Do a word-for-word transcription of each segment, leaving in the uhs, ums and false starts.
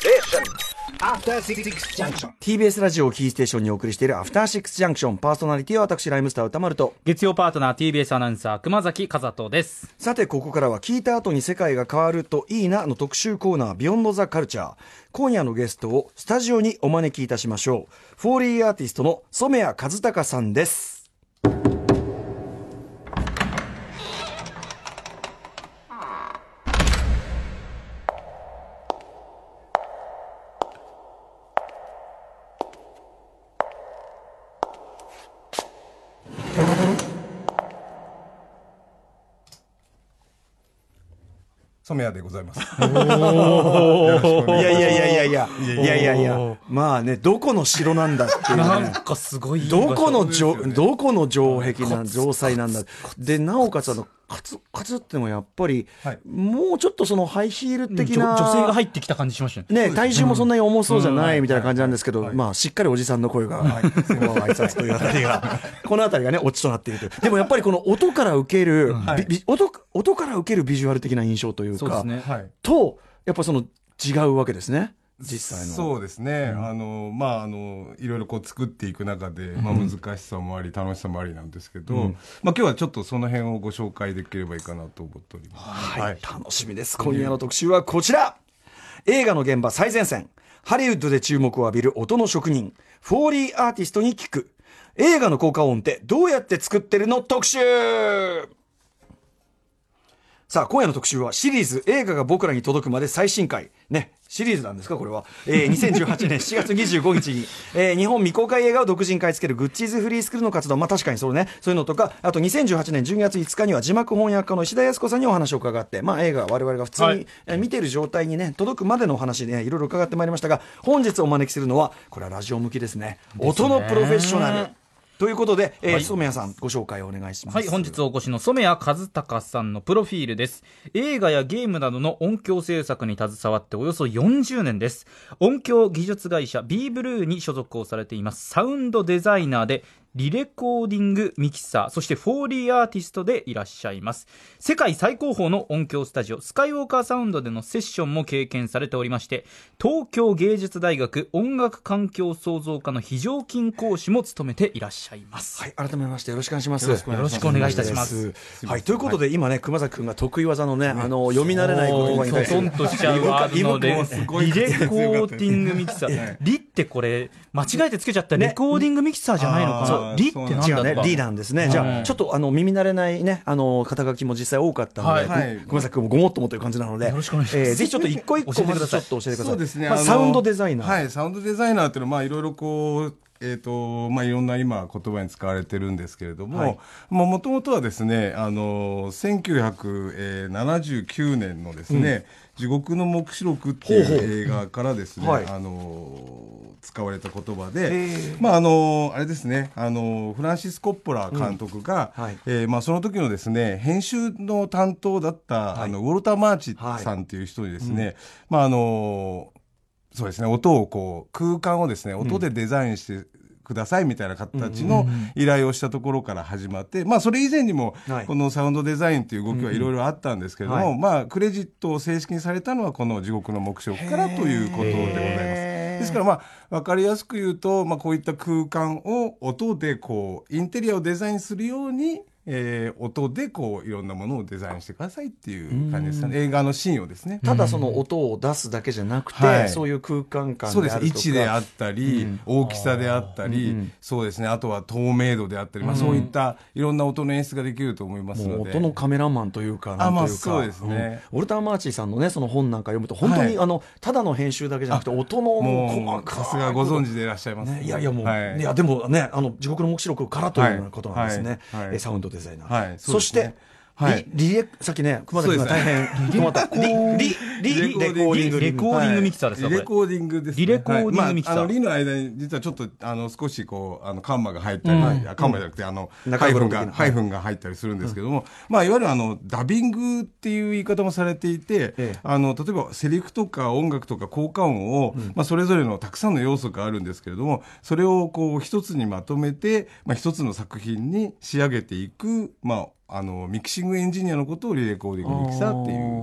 アフターシックスジャンクションティービーエス ラジオをキーステーションにお送りしているアフターシックスジャンクション、パーソナリティは私ライムスター歌丸と、 月曜パートナー ティービーエス アナウンサー熊崎和人です。 さてここからは聞いた後に世界が変わるといいなの特集コーナー、ビヨンドザカルチャー。今夜のゲストをスタジオにお招きいたしましょう。フォーリーアーティストの染谷和孝さんです。 染谷でございます。 いやいやいやいやいやいやいやいやいや、まあね、どこの城なんだっていう、ね、 なんかすごいいいどこの城、 ね、 どこの城壁なん城塞なんだで、なおかつあのカツカツってもやっぱり、はい、もうちょっとそのハイヒール的な、 女性が入ってきた感じしましたね。ね、体重もそんなに重そうじゃないみたいな感じなんですけど、まあしっかりおじさんの声が、はい、挨拶というあたりがこのあたりがねオチとなっているという。でもやっぱりこの音から受ける、はい、音音から受けるビジュアル的な印象というか、 そうですね、はい、 とやっぱその違うわけですね。実際のそうですね、うん、あのまああのいろいろこう作っていく中で、まあ、難しさもあり楽しさもありなんですけど、うん、まあ、今日はちょっとその辺をご紹介できればいいかなと思っております。 はい、はい、楽しみです。今夜の特集はこちら、映画の現場最前線、ハリウッドで注目を浴びる音の職人、フォーリーアーティストに聞く、映画の効果音ってどうやって作ってるの特集。さあ今夜の特集はシリーズ映画が僕らに届くまで最新回ね、シリーズなんですかこれは、えー、にせんじゅうはちねんしちがつにじゅうごにちに、えー、日本未公開映画を独自に買い付けるグッチーズフリースクールの活動、まあ確かにそうね、そういうのとか、あとにせんじゅうはちねんじゅうにがついつかには字幕翻訳家の石田靖子さんにお話を伺って、まあ映画我々が普通に、はい、えー、見ている状態にね届くまでのお話で、ね、いろいろ伺ってまいりましたが、本日お招きするのはこれはラジオ向きですね、音のプロフェッショナルということで、えーはい、染谷さんご紹介をお願いします。 はい、本日お越しの染谷和孝さんのプロフィールです。映画やゲームなどの音響制作に携わっておよそよんじゅうねんです。音響技術会社 B ブルーに所属をされています。サウンドデザイナーでリレコーディングミキサー、そしてフォーリーアーティストでいらっしゃいます。世界最高峰の音響スタジオスカイウォーカーサウンドでのセッションも経験されておりまして、東京芸術大学音楽環境創造科の非常勤講師も務めていらっしゃいます。 はい、改めましてよろしくお願いします。 よろしくお願いいたします。 はい、ということで、はい、今ね熊崎君が得意技のね、あの読み慣れない言葉に対するトンとしちゃうワードのでリレコーディングミキサーリってこれ間違えてつけちゃったレコーディングミキサーじゃないのかな、リってなんだとか、 ね、リなんですね。じゃあちょっとあの耳慣れないね、あの肩書きも実際多かったので、はい、熊崎君もごもっともという感じなので、よろしくお願いします。えー、ぜひちょっと一個一個まずちょっと教えてください。そうですね、まあ、サウンドデザイナー、 はい、サウンドデザイナーっていうのはまあいろいろこうえーとまあ、いろんな今言葉に使われてるんですけれども、もともとはですね、あのせんきゅうひゃくななじゅうきゅうねんのですね、うん、地獄の黙示録っていう映画からですね、ほうほう、はい、あの使われた言葉で、まああのあれですね、あのフランシス・コッポラ監督が、うん、はい、えーまあ、その時のですね編集の担当だった、はい、あのウォルター・マーチさんという人にですね、はい、うん、まああのそうですね、音をこう空間をですね音でデザインしてくださいみたいな形の依頼をしたところから始まって、まあそれ以前にもこのサウンドデザインという動きはいろいろあったんですけれども、まあクレジットを正式にされたのはこの地獄の黙示録からということでございます。ですからまあ分かりやすく言うと、まあこういった空間を音でこうインテリアをデザインするように、えー、音でこういろんなものをデザインしてくださいっていう感じですね。映画のシーンをですね、 ただその音を出すだけじゃなくて、はい、そういう空間感であるとか、 そうです、位置であったり、うん、大きさであったり、うん、そうですね、あとは透明度であったり、まあ、そういったいろんな音の演出ができると思いますので、 もう音のカメラマンというか、なんというか、あ、まあ、 そうですね、 うん、ウォルター・マーチーさんのねその本なんか読むと本当に、はい、あのただの編集だけじゃなくて音の細かい、さすがご存知でいらっしゃいます、ね、 いやいやもう、はい、いやでもね、あの地獄の黙示録からというようなことなんですね、はいはい、サウンドデザイナー、はい、そして、はい、リレさっきね熊崎君が大変止まったリリリレコーディングレコーディングミキサーですか、 リレコーディングですね。 リレコーディングミキサー、 まあ、あのリの間に実はちょっとあの少しこうあのカンマが入ったり、うん、カンマじゃなくてあのハイフンがハイフンが入ったりするんですけども、うん、まあいわゆるあのダビングっていう言い方もされていて、ええ、あの例えばセリフとか音楽とか効果音を、うん、まあそれぞれのたくさんの要素があるんですけれども、それをこう一つにまとめて、まあ一つの作品に仕上げていく、まああのミキシングエンジニアのことをリレコーディングミキサーっていう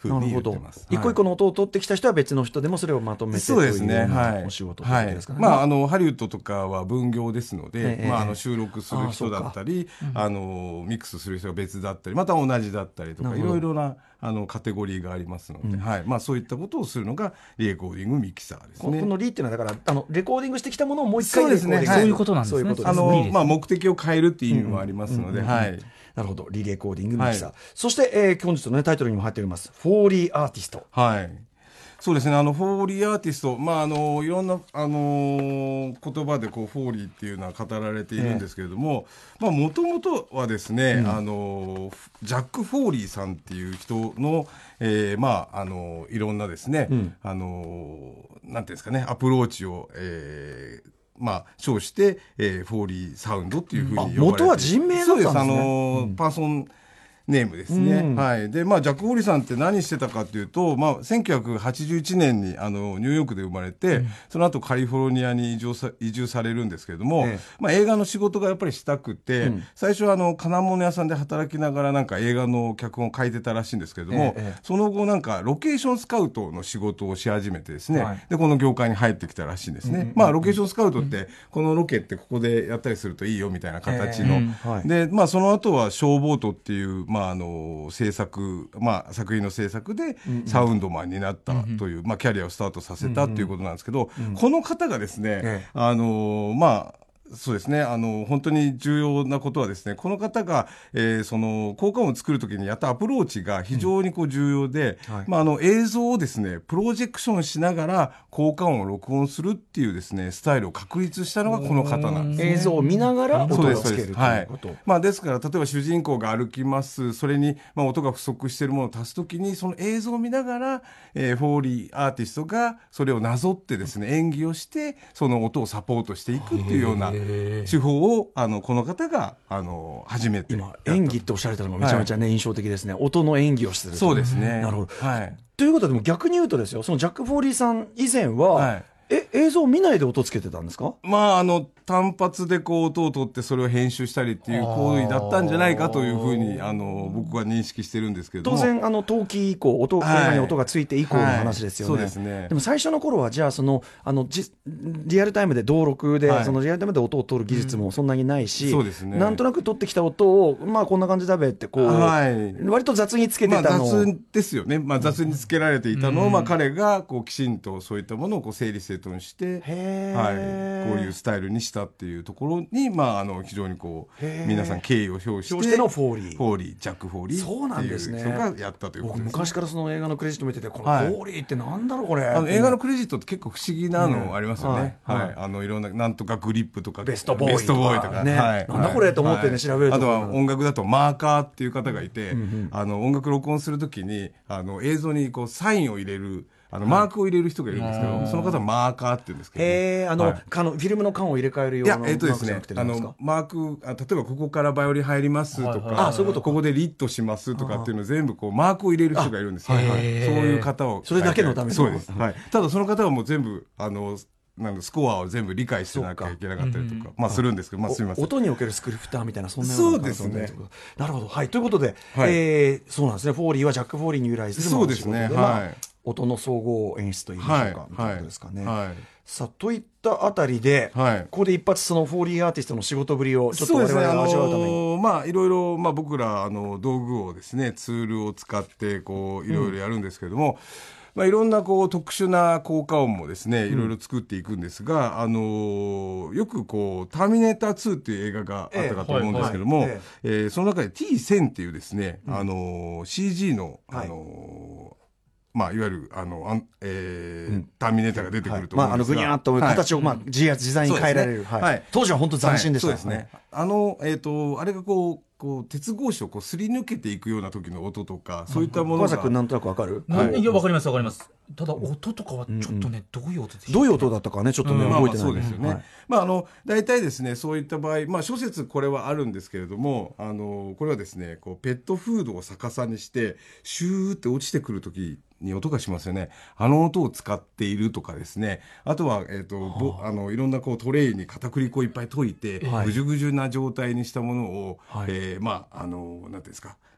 ふうに言ってます。 一個一個の音を取ってきた人は別の人でもそれをまとめてそうですね、はい、 お仕事ということですかね。 はい、まあ、あのハリウッドとかは分業ですので、 ええまあ、あの収録する人だったり、あのミックスする人が別だったりまた同じだったりとかいろいろなあのカテゴリーがありますので、うん、はい、まあ、そういったことをするのがリレコーディングミキサーですね。 このリっていうのはだからあのレコーディングしてきたものをもう一回レコーディング、そうですね、 そういうことなんですね。 あの、まあ、目的を変えるっていう意味もありますので、はい。 なるほど、リレコーディングミキサー、はい、そして、えー、本日の、ね、タイトルにも入っておりますフォーリーアーティスト。 はい、そうですね、あのフォーリーアーティスト、まあ、あのいろんな、あのー、言葉でこうフォーリーっていうのは語られているんですけれども、もともとはですね、うん、あのジャック・フォーリーさんっていう人の、えーまあ、あのいろんなですね、うん、あのなんていうんですかね、アプローチを、えーまあ、称して、えー、フォーリーサウンドっていうふうに呼ばれて、 元は人名だったんですね。 そうです、あのーうん、パーソンネームですね、うん、はい。で、まあ、ジャック・フォーリーさんって何してたかというと、まあ、せんきゅうひゃくはちじゅういちねんにあのニューヨークで生まれて、うん、その後カリフォルニアに移住さ、移住されるんですけれども、ええ、まあ、映画の仕事がやっぱりしたくて、うん、最初はあの金物屋さんで働きながらなんか映画の脚本を書いてたらしいんですけれども、ええ、その後なんかロケーションスカウトの仕事をし始めてですね、はい、でこの業界に入ってきたらしいんですね、うん、まあ、ロケーションスカウトって、うん、このロケってここでやったりするといいよみたいな形の、えーはい、で、まあ、その後はショーボートっていう、まあ、あの制作、まあ、作品の制作でサウンドマンになったという、うんうん、まあ、キャリアをスタートさせたということなんですけど、うんうん、この方がですね、ええ、あのまあそうですね、あの本当に重要なことはですね、この方が、えー、その効果音を作るときにやったアプローチが非常にこう重要で、うんはい、まあ、あの映像をですねプロジェクションしながら効果音を録音するっていうですねスタイルを確立したのがこの方なんです、ね、 映像を見ながら音をつけるということ、はいまあ、ですから例えば主人公が歩きます、それに、まあ、音が不足しているものを足すときにその映像を見ながら、えー、フォーリーアーティストがそれをなぞってですね演技をしてその音をサポートしていくっていうような手法をあのこの方があの初めて今演技っておっしゃられたのがめちゃめちゃ、ねはい、印象的ですね。音の演技をしてる。 そうですね。 なるほど、 はい、 ということでも逆に言うとですよ、そのジャック・フォーリーさん以前は、はいえ映像を見ないで音つけてたんですか？ まああの単発でこう音を取ってそれを編集したりっていう行為だったんじゃないかというふうにあの僕は認識してるんですけれども、 当然あの陶器以降音、はい、映画に音がついて以降の話ですよね、 はいはい、そうですね。 でも最初の頃はじゃあそのあのじリアルタイムで同録で、はい、そのリアルタイムで音を取る技術もそんなにないし、うんそうですね、なんとなく取ってきた音をまあこんな感じだべってこう、はい、割と雑につけてたの、 まあ、雑ですよね、まあ、雑につけられていたのを、うんまあ、彼がこうきちんとそういったものをこう整理整頓してはい、こういうスタイルにしたっていうところに、まあ、あの非常にこう皆さん敬意を表して表してのフォーリーフォーリージャック・フォーリーっていう人がやったということです、ね、僕昔からその映画のクレジット見ててこのフォーリーってなんだろうこれ、 はい、あの映画のクレジットって結構不思議なのありますよね、うんはいはい、あのいろんななんとかグリップとかベストボーイとか、 ボーイとかねはい、なんだこれと思ってね、はい、調べるとあとは音楽だとマーカーっていう方がいて、うんうん、あの音楽録音するときにあの映像にこうサインを入れるあのマークを入れる人がいるんですけど、はい、その方はマーカーって言うんですけど、ね、 へーあの、はい、かのフィルムの缶を入れ替えるような。いや、 えっとですね、あのマークあ例えばここからバイオリン入りますとか、はいはいはい、あそういうことここでリットしますとかっていうのを全部こうマークを入れる人がいるんですよ、はいはい、そういう方をそれだけのためのそうです、はい、ただその方はもう全部あのなんかスコアを全部理解してなきゃいけなかったりとか、まあ、するんですけど、まあ、すみません。 音におけるスクリプターみたいなそんなような感想で、 そうですね。なるほど、はい、ということで、はいえー、そうなんですね、フォーリーはジャック・フォーリーに由来するそうですね、はいまあ、音の総合演出といいましょうか、はい、みたいなことですかね。はいはい、さあといったあたりで、はい、ここで一発そのフォーリーアーティストの仕事ぶりをちょっと我々が味わうために、 ねあのー、まあいろいろ、まあ、僕らあの道具をですねツールを使ってこういろいろやるんですけれども、うんまあ、いろんなこう特殊な効果音もですねいろいろ作っていくんですが、うんあのー、よくこうターミネーターツーっていう映画があったかと思うんですけども、ええはいはいえー、その中で ティーテン っていうですね、うんあのー、シージー の、あのーはいまあ、いわゆるあの、あんえーうん、ターミネーターが出てくると思うんですが、はいまあ、あのグニャーっと形を、はいまあ、自自在に変えられる、ねはいはい、当時は本当斬新でした、 はい、そうですね、あの、えーと、あれがこうこう鉄格子をこうすり抜けていくような時の音とかそういったものが小君なんとなくわかる、 はい、いやわかりますわかります。ただ音とかはちょっとね、うん、どういう音でどういう音だったかねちょっとね、うん、覚えてない、 まあ、まあそうですよね、はいまあ、あの大体ですねそういった場合、まあ、諸説これはあるんですけれどもあのこれはですねこうペットフードを逆さにしてシューって落ちてくる時に音がしますよね。あの音を使っているとかですねあとは、えーとぼあのいろんなこうトレイに片栗粉をいっぱい溶いて、はい、ぐじゅぐじゅな状態にしたものを、はいえー、まああのなんていうんですか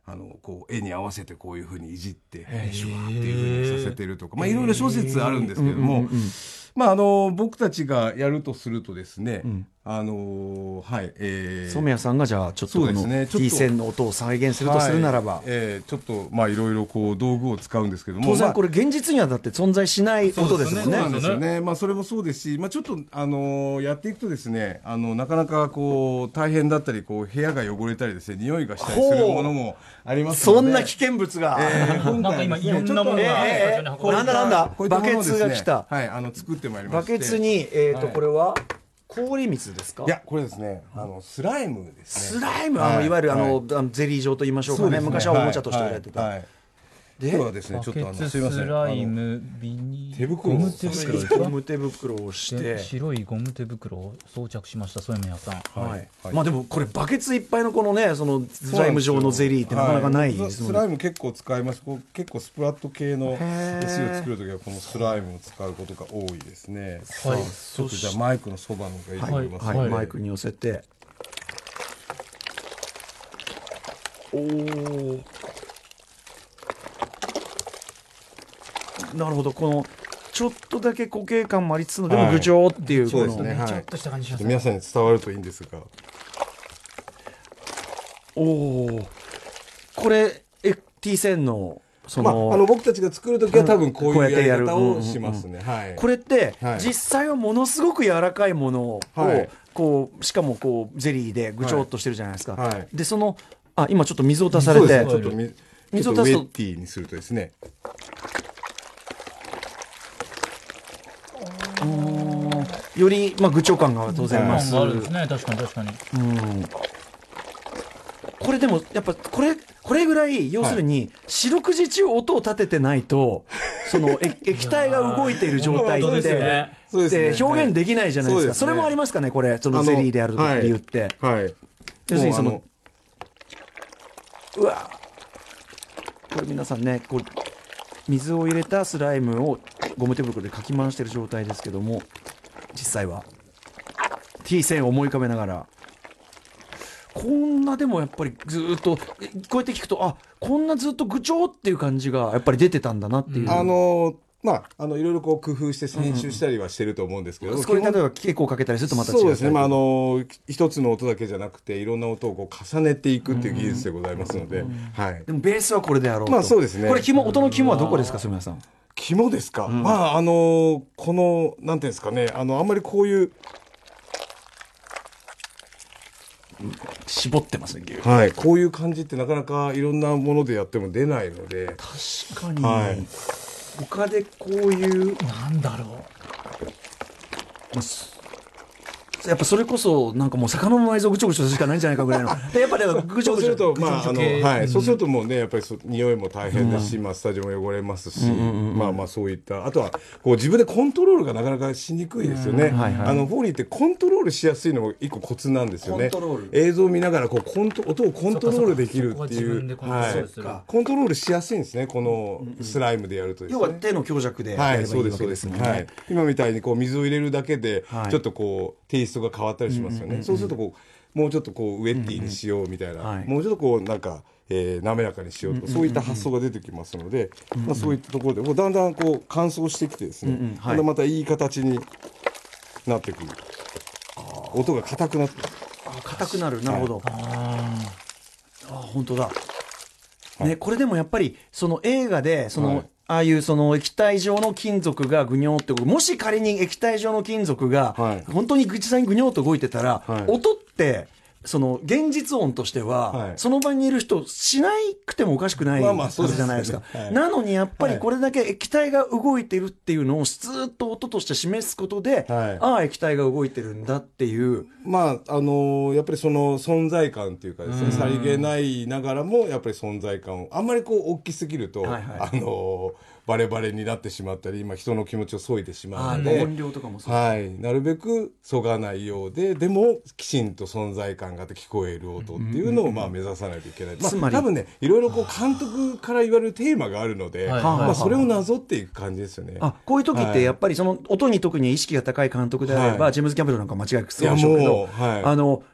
あのこう絵に合わせてこういうふうにいじってシュワーっていうふうにさせてるとか、まあ、いろいろ諸説あるんですけれども、まあ、あの僕たちがやるとするとですね、うん、あのはい、えー、 染谷さんがじゃあちょっとこの T 線の音を再現するとするならば、はい、 えー、ちょっとまあいろいろこう道具を使うんですけども、 当然これ現実にはだって存在しない音ですもんね。 そうなんですよね。まあそれもそうですし、まあちょっとあのやっていくとですね、あのなかなかこう大変だったり、こう部屋が汚れたりですね、匂いがしたりするものもありますので、 そんな危険物が、 えー、なんか今いろんなものが、 えーえー、なんだなんだ、バケツが来た、 はい、あの作ってまいりまして、 バケツにえっとこれは氷水ですか？ いやこれですね、あのスライムですね。スライム、あのいわゆるあのゼリー状と言いましょうかね。昔はおもちゃとして売られてた。 で今日はですね、ちょっとあのすいません、 スライム、ビニ手袋、 ゴム手袋ですか？ ゴム手袋をして白いゴム手袋を装着しました染谷さん。 はい。はい、まあでもこれバケツいっぱいのこのね、そのスライム状のゼリーってなかなかないですもんね。 スライム結構使います。こう結構スプラット系の エスイー を作るときはこのスライムを使うことが多いですね。はい。ちょっとじゃあマイクのそばの方がいいと思いますので、 はいはい、マイクに寄せて。おお。なるほど、このちょっとだけ固形感もありつつのでも具状っていう、 はい、そうですね、はい、 ちょっとした感じします。 皆さんに伝わるといいんですが、 おお、これ T 線のその、まあ、あの僕たちが作るときは多分こういうやり方をしますね。 これって実際はものすごく柔らかいものを、はい、こうしかもこうゼリーでぐちょっとしてるじゃないですか。はい、でそのあ今ちょっと水を足されて、 ちょっと水を足すとウェッティにするとですね。 より、まあ、具調感が当然増す、 あるですね、確かに確かに。うん、 これでもやっぱこれこれぐらい要するに四六時中音を立ててないと、その液体が動いている状態で表現できないじゃないですか。それもありますかね、これそのゼリーである理由って。 はい、 要するにそのうわこれ皆さんね、こう水を入れたスライムをゴム手袋でかき回している状態ですけども、実際は T 線を思い浮かべながら、こんなでもやっぱりずっとこうやって聞くと、あこんなずっと愚調っていう感じがやっぱり出てたんだなっていう、うん、 あのまあ、あのいろいろこう工夫して編集したりはしてると思うんですけど、うん、 これ例えば稽古をかけたりするとまた違う。 そうですね、まあ、あの一つの音だけじゃなくていろんな音をこう重ねていくっていう技術でございますので、はい、 でもベースはこれであろうと。 まあそうですね。 これ肝、音の肝はどこですか、染谷さん。 肝ですか、うん、まああのこのなんていうんですかね、あのあんまりこういう絞ってますね、 はい、こういう感じってなかなかいろんなものでやっても出ないので。 確かに、はい、他でこういうなんだろう、 まあやっぱそれこそなんかもう魚の内臓ぐちょぐちょしかないんじゃないかぐらいのでやっぱりぐちょぐちょそうすると、まああのはい、そうするともうねやっぱりそ匂いも大変だし、うん、まあスタジオも汚れますし、うんうんうん、まあまあそういったあとはこう自分でコントロールがなかなかしにくいですよね、うんはいはい、あのフォーリーってコントロールしやすいのも一個コツなんですよね。映像を見ながらこうコント音をコントロールできるっていうコントロールしやすいんですね、このスライムでやるとですね、 要は手の強弱でやればいいわけですもんね、はい、 今みたいにこう水を入れるだけでちょっとこうテイストが変わったりしますよね、うんうんうん、そうするとこうもうちょっとこうウェッティにしようみたいな、うんうんはい、もうちょっとこうなんか、えー、滑らかにしようとか、うんうんうん、そういった発想が出てきますので、うんうんまあ、そういったところでこうだんだんこう乾燥してきてですね、うんうんはい、またいい形になってくる、音が硬くなって硬くなる、なるほど、はい、ああ本当だ、はいね、これでもやっぱりその映画でその、はいああいうその液体状の金属がぐにょーってもし仮に液体状の金属が本当に実際にぐにょーっと動いてたら、はい、音ってその現実音としては、はい、その場にいる人しなくてもおかしくないはずじゃないですか、まあまあそうですね、はい、なのにやっぱりこれだけ液体が動いてるっていうのをずっと音として示すことで、はい、ああ液体が動いてるんだっていう、 まああのー、やっぱりその存在感っていうかですね、さりげないながらもやっぱり存在感をあんまりこう大きすぎると、はいはい、あのーバレバレになってしまったり、今人の気持ちを削いでしまうので、 音量とかもそう、 はい、なるべくそがないようで、でもきちんと存在感があって聞こえる音っていうのをまあ目指さないといけない、まあ、多分ねいろいろこう監督から言われるテーマがあるので、はいまあ、それをなぞっていく感じですよね。 あこういう時ってやっぱりその音に特に意識が高い監督であれば、はい、ジェームズ・キャンベルなんか間違いなくそうでしょうけど、はい、あの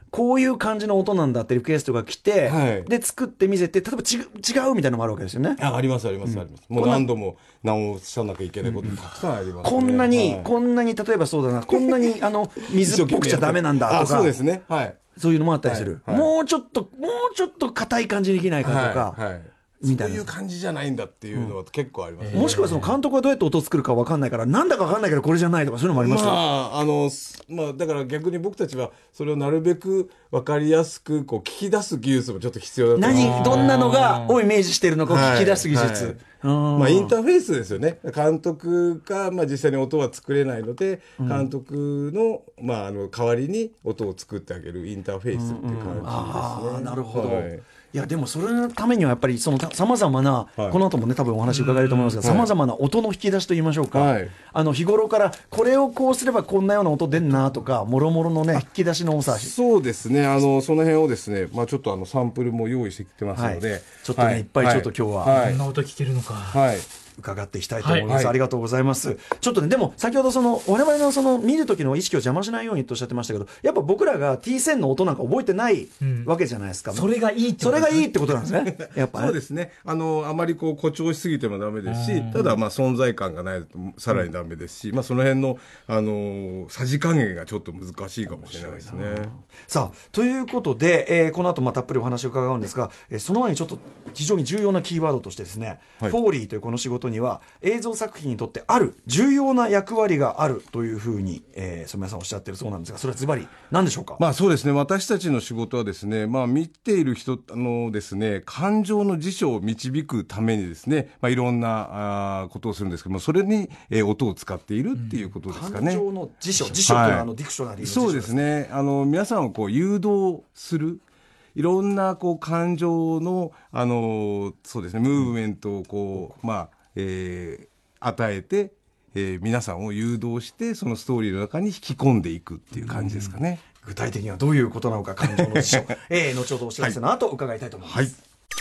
こういう感じの音なんだってリクエストが来て、 はい、 で作ってみせて、例えばち違うみたいなのもあるわけですよね。 あ、ありますあります、うん、あります。もう何度も直さなきゃいけないことたくさんあります、ね、 こんなに、 はい、 こんなに例えばそうだな、こんなにあの水っぽくちゃダメなんだとか、 そうですね、はい、 そういうのもあったりする。はいはい、もうちょっともうちょっと硬い感じにできないかとか。はいはい、みたいな、そういう感じじゃないんだっていうのは結構あります、ね、うん、もしくはその監督がどうやって音を作るか分かんないから、なんだか分かんないけどこれじゃないとか、そういうのもありました。まああのまあ、だから逆に僕たちはそれをなるべく分かりやすくこう聞き出す技術もちょっと必要だと。 何どんなのがをイメージしているのかを聞き出す技術、はいはい、 まあ、インターフェースですよね。監督が、まあ、実際に音は作れないので、うん、監督の、まあ、あの代わりに音を作ってあげるインターフェースっていう感じですね。うんうん、 ああ、なるほど、はい。いやでもそれのためにはやっぱりそのさまざまな、はい、この後もね多分お話伺えると思いますが、さまざまな音の引き出しといいましょうか、はい、あの日頃からこれをこうすればこんなような音出んなとか、もろもろのね引き出しの多さ、 そうですね、あのその辺をですね、まあ、ちょっとあのサンプルも用意してきてますので、はい、 ちょっとね、はい、いっぱいちょっと今日は、 はい、こんな音聞けるのか、 はい、伺っていきたいと思います、 はい、 ありがとうございます。ちょっとね、でも先ほどその我々のその見る時の意識を邪魔しないようにとおっしゃってましたけど、やっぱ僕らが ティーセン の音なんか覚えてないわけじゃないですか、うん、 それがいいってそれがいいってことなんですねやっぱね。 そうですね、あのあまりこう誇張しすぎてもダメですし、ただまあ存在感がないとさらにダメですし、うん、まあ、その辺の、あのさじ加減がちょっと難しいかもしれないですね。 さあということで、えー、この後まあたっぷりお話を伺うんですが、えー、その前にちょっと非常に重要なキーワードとしてですね、はい、フォーリーというこの仕事には映像作品にとってある重要な役割があるというふうに、えー、染谷さんおっしゃってるそうなんですが、それはズバリ何でしょうか。 まあ、そうですね、私たちの仕事はですね、まあ、見ている人のですね、感情の辞書を導くためにですね、まあ、いろんなあことをするんですけども、それに、えー、音を使っているっていうことですかね。 感情の辞書、辞書というのは、はい、あのディクショナリーの辞書です。 そうですね、あの皆さんをこう誘導する、いろんなこう感情の、あのそうですね、ムーブメントをこう、まあえー、与えて、えー、皆さんを誘導してそのストーリーの中に引き込んでいくっていう感じですかね。 具体的にはどういうことなのか、感情の辞書、えー、後ほどお知らせの後伺いたいと思います。はい、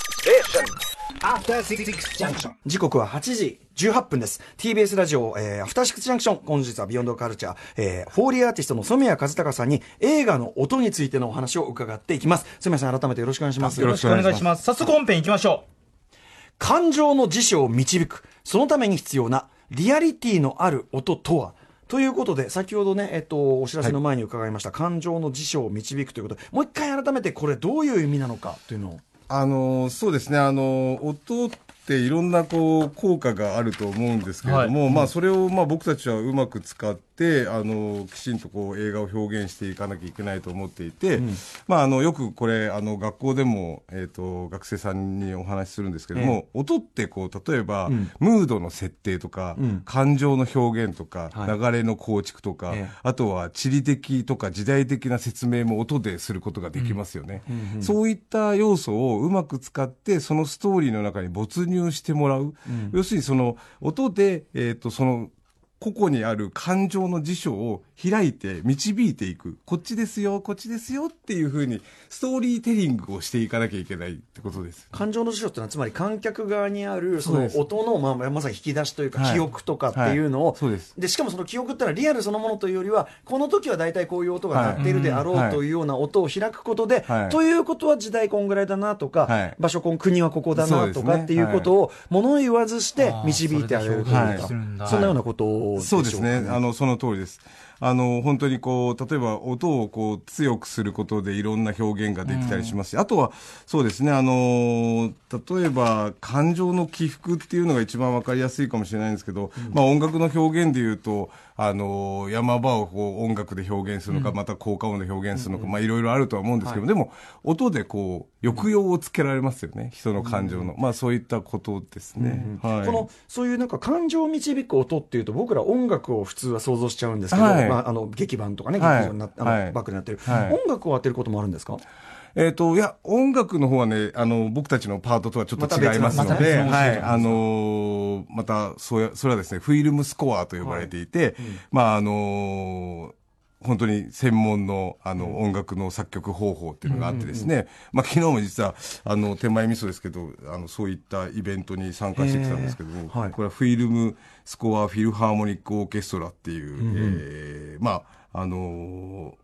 時刻ははちじじゅうはっぷんです。 ティービーエス ラジオ、えー、アフターシックスジャンクション、本日はビヨンドカルチャー、えー、フォーリーアーティストの染谷和孝さんに映画の音についてのお話を伺っていきます。染谷さん、改めてよろしくお願いします。 よろしくお願いします。早速本編いきましょう。 感情の辞書を導く、そのために必要なリアリティのある音とは、ということで、先ほどね、えっと、お知らせの前に伺いました、はい、感情の辞書を導くということで、もう一回改めてこれどういう意味なのかというのを。 あのそうですね、あの音っていろんなこう効果があると思うんですけれども、はい、まあ、それをまあ僕たちはうまく使ってあのきちんとこう映画を表現していかなきゃいけないと思っていて、うん、まあ、あのよくこれあの学校でも、えー、と学生さんにお話しするんですけども、えー、音ってこう例えば、うん、ムードの設定とか、うん、感情の表現とか、はい、流れの構築とか、えー、あとは地理的とか時代的な説明も音ですることができますよね、うんうんうん、そういった要素をうまく使ってそのストーリーの中に没入してもらう、うん、要するにその音で、えー、とその個々にある感情の辞書を開いて導いていく、こっちですよこっちですよっていう風にストーリーテリングをしていかなきゃいけないってことです。 感情の辞書ってのはつまり観客側にあるその音の、まあ、まさに引き出しというか、はい、記憶とかっていうのを、はい、そうです。でしかもその記憶ってのはリアルそのものというよりはこの時は大体こういう音が鳴っているであろう、はい、というような音を開くことで、はい、ということは時代こんぐらいだなとか、はい、場所こん国はここだなとかっていうことを物言わずして導いてあげるというか、はい、そんなようなことをそうですね、あのその通りです。あの本当にこう例えば音をこう強くすることでいろんな表現ができたりしますし、うん、あとはそうですね、あの例えば感情の起伏っていうのが一番わかりやすいかもしれないんですけど、うん、まあ、音楽の表現でいうとあの山場をこう音楽で表現するのか、うん、また効果音で表現するのか、うん、まあ、いろいろあるとは思うんですけど、はい、でも音でこう抑揚をつけられますよね、人の感情の、うん、まあ、そういったことですね、うんうん、はい、 このそういうなんか感情を導く音っていうと僕ら音楽を普通は想像しちゃうんですけど、はい、まあ、あの劇版とかね、劇場になって、はい、あのバックになってる、はい、音楽を当てることもあるんですか？ えーと、いや音楽の方はね、あの僕たちのパートとはちょっと違いますので、また、はい、あのー、またそれ、それはですねフィルムスコアと呼ばれていて、はい、うん、まああのー本当に専門のあの、うん、音楽の作曲方法っていうのがあってですね、うんうんうん、まあ、昨日も実はあの手前味噌ですけど、あのそういったイベントに参加してきたんですけども、はい、これはフィルムスコアフィルハーモニックオーケストラっていう、うんうん、えー、まああのー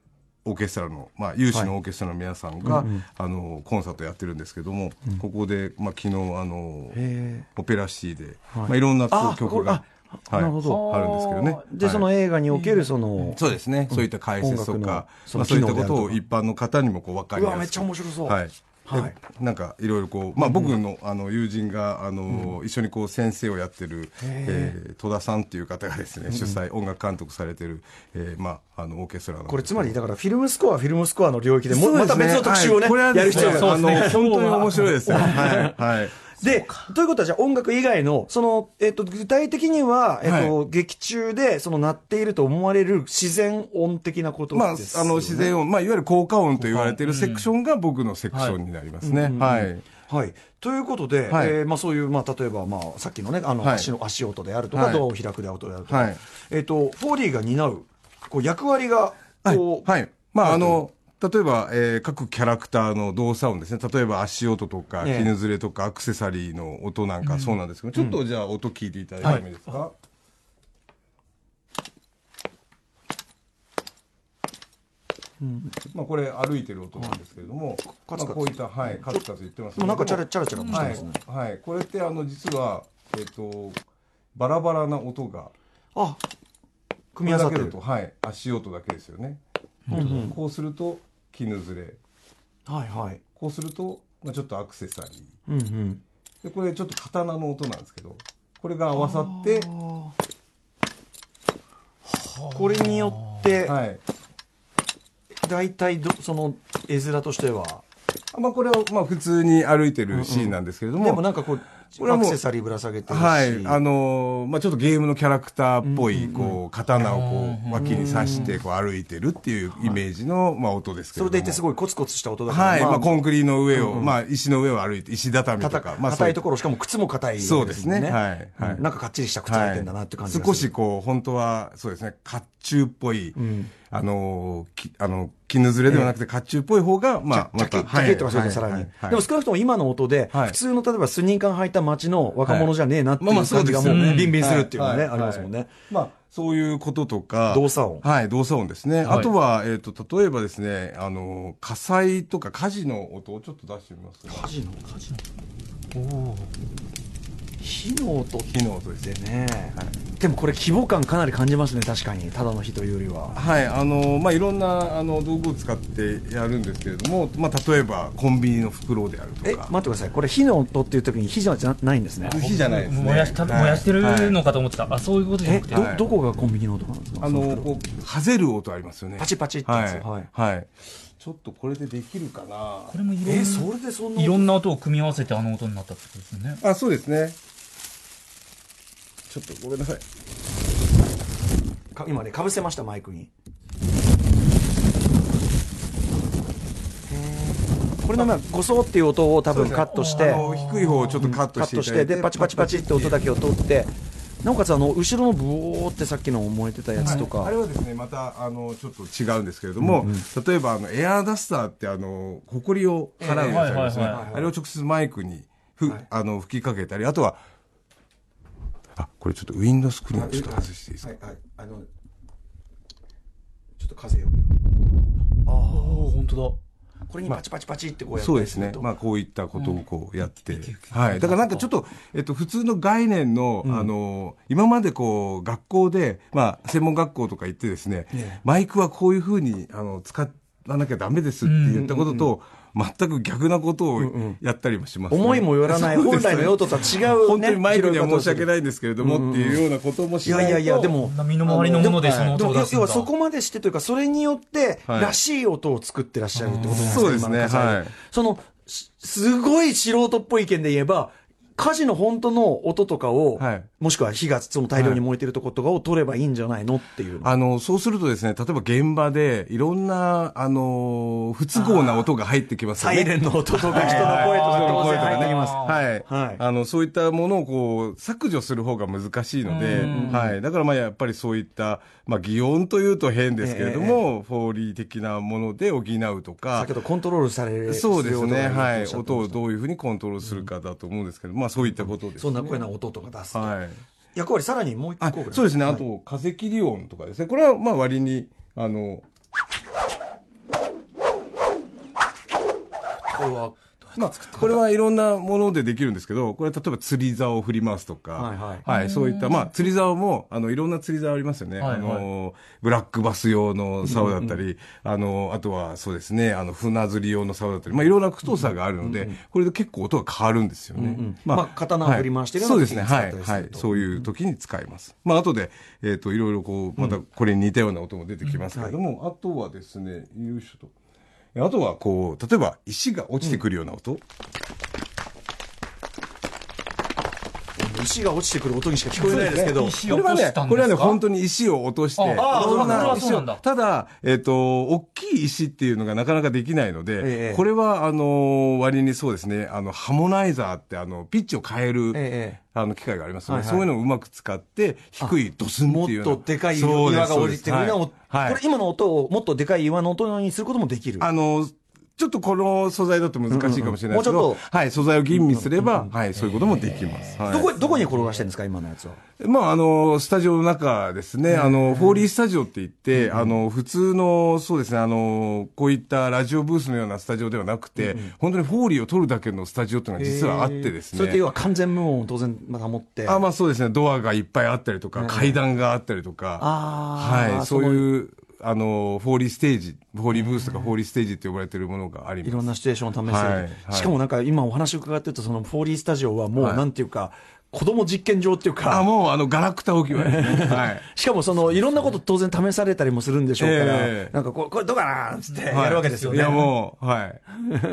オーケストラの、まあ、有志のオーケストラの皆さんが、はい、あのコンサートやってるんですけども、うん、ここで、まあ、昨日あのオペラシティで、はい、まあ、いろんなこう曲がはい、なるほど、あるんですけどね。 で、はい、その映画におけるその、 そうですね、そういった解説とか、まあ、そういったことを一般の方にもこう分かりやすく。 うわ、めっちゃ面白そう。 はい。はい、なんかいろいろこう、まあ、僕の、あの友人があの、うん、一緒にこう先生をやってる、えー、戸田さんっていう方がですね、主催音楽監督されてる、えーまあ、あのオーケストラのこれつまりだからフィルムスコアフィルムスコアの領域でも、ね、また別の特集をね、はい、やる必要がある、 ね、あの本当に面白いですよ。はいはい。 で、ということは、じゃあ音楽以外の、その、えっと、具体的には、えっと、はい、劇中で、その、鳴っていると思われる自然音的なことですよね。 まあ、あの、自然音、まあ、いわゆる効果音と言われているセクションが僕のセクションになりますね。はい。 はい。ということで、はい、えー、まあ、そういう、まあ、例えば、まあ、さっきのね、あの、はい、足の、足音であるとか、はい、ドアを開くであるとか、はい、えっと、フォーディーが担う、こう、役割が、こう、はい。はい、まあ、あの、例えば、えー、各キャラクターの動作音ですね。例えば足音とか、 ええ、 絹ずれとかアクセサリーの音なんかそうなんですけど、うん、ちょっとじゃあ音聞いていただいてもいいですか、はい、まあこれ歩いてる音なんですけれども、 カツカツ、 まあ、こういった、はい、カツカツ言ってますけども、なんかチャラチャラチャラもしてますね。 はい、はい、これってあの実は、えっと、バラバラな音が、 あ、組み合わさってると、はい、足音だけですよね。うんうん、こうすると絹ずれ、 はいはい、 こうすると、まあ、ちょっとアクセサリー、 うんうん、 でこれちょっと刀の音なんですけど、これが合わさってこれによって、 はい、 大体どその絵面としては、 まあ、これはまあ普通に歩いてるシーンなんですけれども、 うんうん、でもなんかこうこれはもうアクセサリーぶら下げてるし、 はい、あのー、まあちょっとゲームのキャラクターっぽい、こう、刀をこう、脇に刺して、こう歩いてるっていうイメージの、まあ音ですけども。 それでいてすごいコツコツした音だから。 はい、まあコンクリの上を、まあ石の上を歩いて、石畳とか。 まあ硬いところ、しかも靴も硬い。 そうですね。はい。 はい。なんかかっちりした靴履いてんだなって感じがする。 少しこう、本当は、そうですね、甲冑っぽい、あの、き、あの、絹ずれではなくて甲冑っぽい方が、まあ、また、 ジャケットがそれでさらに。でも少なくとも今の音で、普通の例えばスニーカー履いた街の若者じゃねえなっていう感じがもうビンビンするっていうのがね、ありますもんね。 まあ、そういうこととか。 動作音。 はい、動作音ですね。あとは、えっと、例えばですね、あの、火災とか火事の音をちょっと出してみます。 火事の火事のおお。火の音火の音ですね、はい、でもこれ規模感かなり感じますね。確かにただの火というよりは、 はい、あのまあいろんなあの道具を使ってやるんですけれども、まあ例えばコンビニの袋であるとか。 え、待ってください、これ火の音っていう時に火じゃないんですね。 火じゃないですね。 燃やし、はい、燃やしてるのかと思ってた、はい、あ、そういうことじゃなくて、 え、ど、どこがコンビニの音なんですか。 あのこうはぜる音ありますよね。 パチパチってやつ、はい、 はい、ちょっとこれでできるかな。 これもいろんな、 え、それでそんな、 いろんな音を組み合わせてあの音になったってことですよね。 あ、そうですね。ちょっとごめんなさい。 今ね、かぶせました、マイクに。これのまあゴソっていう音を多分カットして、 低い方をちょっとカットして、うん、 して、でパチパチパチって音だけを取って、なおかつあの後ろのブオーってさっきの燃えてたやつとか、 はい、あれはですね、またあのちょっと違うんですけれども、うんうん、例えばあのエアーダスターってあの埃を払うやつありますね。あれを直接マイクにふ、はい、あの吹きかけたり、あとはあ、これちょっとウィンドスクリーンをちょっと外していいですか。はいはい、あのちょっと風よ。ああ、本当だ。これにパチパチパチってこうやって、 そうですね。まあこういったことをこうやって、うん、はい。だからなんかちょっとえっと普通の概念の、うん、あの今までこう学校でまあ専門学校とか行ってですね、ね、マイクはこういうふうにあの使わなきゃダメですって言ったことと。うんうんうん、全く逆なことをやったりもしますね。 思いもよらない本来の用途とは違うね。 本当にマイクには申し訳ないんですけれども、うんうん、っていうようなこともしないと。 いやいやいや、でも身の回りのものでその音を出すんだ。 要はそこまでしてというか、それによってらしい音を作ってらっしゃるってことじゃないですか。 そうですね。はい。 そのすごい素人っぽい意見で言えば、火事の本当の音とかを、はい、もしくは火がその大量に燃えてるとことかを取ればいいんじゃないのっていう。 あの、そうするとですね、例えば現場でいろんな、あの、不都合な音が入ってきますよね。 サイレンの音とか人の声とか当然入ってきます。 はい。はい。あの、そういったものをこう、削除する方が難しいので、はい。だからまあやっぱりそういった、まあ擬音というと変ですけれども、えー、フォーリー的なもので補うとか。 先ほどコントロールされる。 そうですね。はい。音をどういうふうにコントロールするかだと思うんですけど、まあそういったことですね。 そんな声な音とか出すと。はい。役割さらにもう一個ぐらい。そうですね。あと、風切り音とかですね。これはまあ割に、あの、 これはまあ、これはいろんなものでできるんですけど、これは例えば釣り竿を振り回すとか、 はいはいはい、そういった、まあ、釣り竿も、あの、いろんな釣り竿ありますよね。 はいはい、 あの、ブラックバス用の竿だったり、うんうん、あの、あとはそうですね、あの、船釣り用の竿だったり、まあ、いろんな太さがあるので、うんうん、これで結構音が変わるんですよね。うんうん、 まあ、まあ、刀を振り回してるような時に使ったりすると、 はい、そうですね、はい、はい、そういう時に使います。まあ、後で、えっと、いろいろこう、またこれに似たような音も出てきますけれども、うんはい、あとはですね、よいしょと。あとは、こう、例えば石が落ちてくるような音、うん、 石が落ちてくる音にしか聞こえないですけど、 石これはね、これはね、本当に石を落として、いろんな石を、ただ、えっと、大きい石っていうのがなかなかできないので、ええ、これは、あの、割にそうですね、あの、ハモナイザーって、あの、ピッチを変える、ええ、あの、機械がありますので、はいはい、そういうのをうまく使って、低いドスンっていうもっとでかい岩が降りてくるのを、はい、これ今の音をもっとでかい岩の音にすることもできる。 あの、ちょっとこの素材だと難しいかもしれないですけど、うんうんうん、もうちょっと、はい、素材を吟味すれば、うんうんうん、はい、そういうこともできます。はい、 どこ、どこに転がしてるんですか、今のやつは。 まあ、あの、スタジオの中ですね、あの、フォーリースタジオって言って、うんうん、あの、普通の、そうですね、あの、こういったラジオブースのようなスタジオではなくて、うんうん、本当にフォーリーを撮るだけのスタジオっていうのが実はあってですね。 それって要は完全無音を当然保って。 あ、まあそうですね、ドアがいっぱいあったりとか、階段があったりとか、はい、そういう、あの、フォーリーステージ、フォーリーブースとかフォーリーステージって呼ばれているものがあります。 いろんなシチュエーションを試せる。はいはい、しかもなんか今お話を伺ってると、そのフォーリースタジオはもうなんていうか、はい、子供実験場っていうか。 あ、もうあの、ガラクタ置き場ですね。はい。 しかもその、いろんなこと当然試されたりもするんでしょうから、えー、なんかこれ、これどうかなーつってやるわけですよね。 はい、いやもう、はい。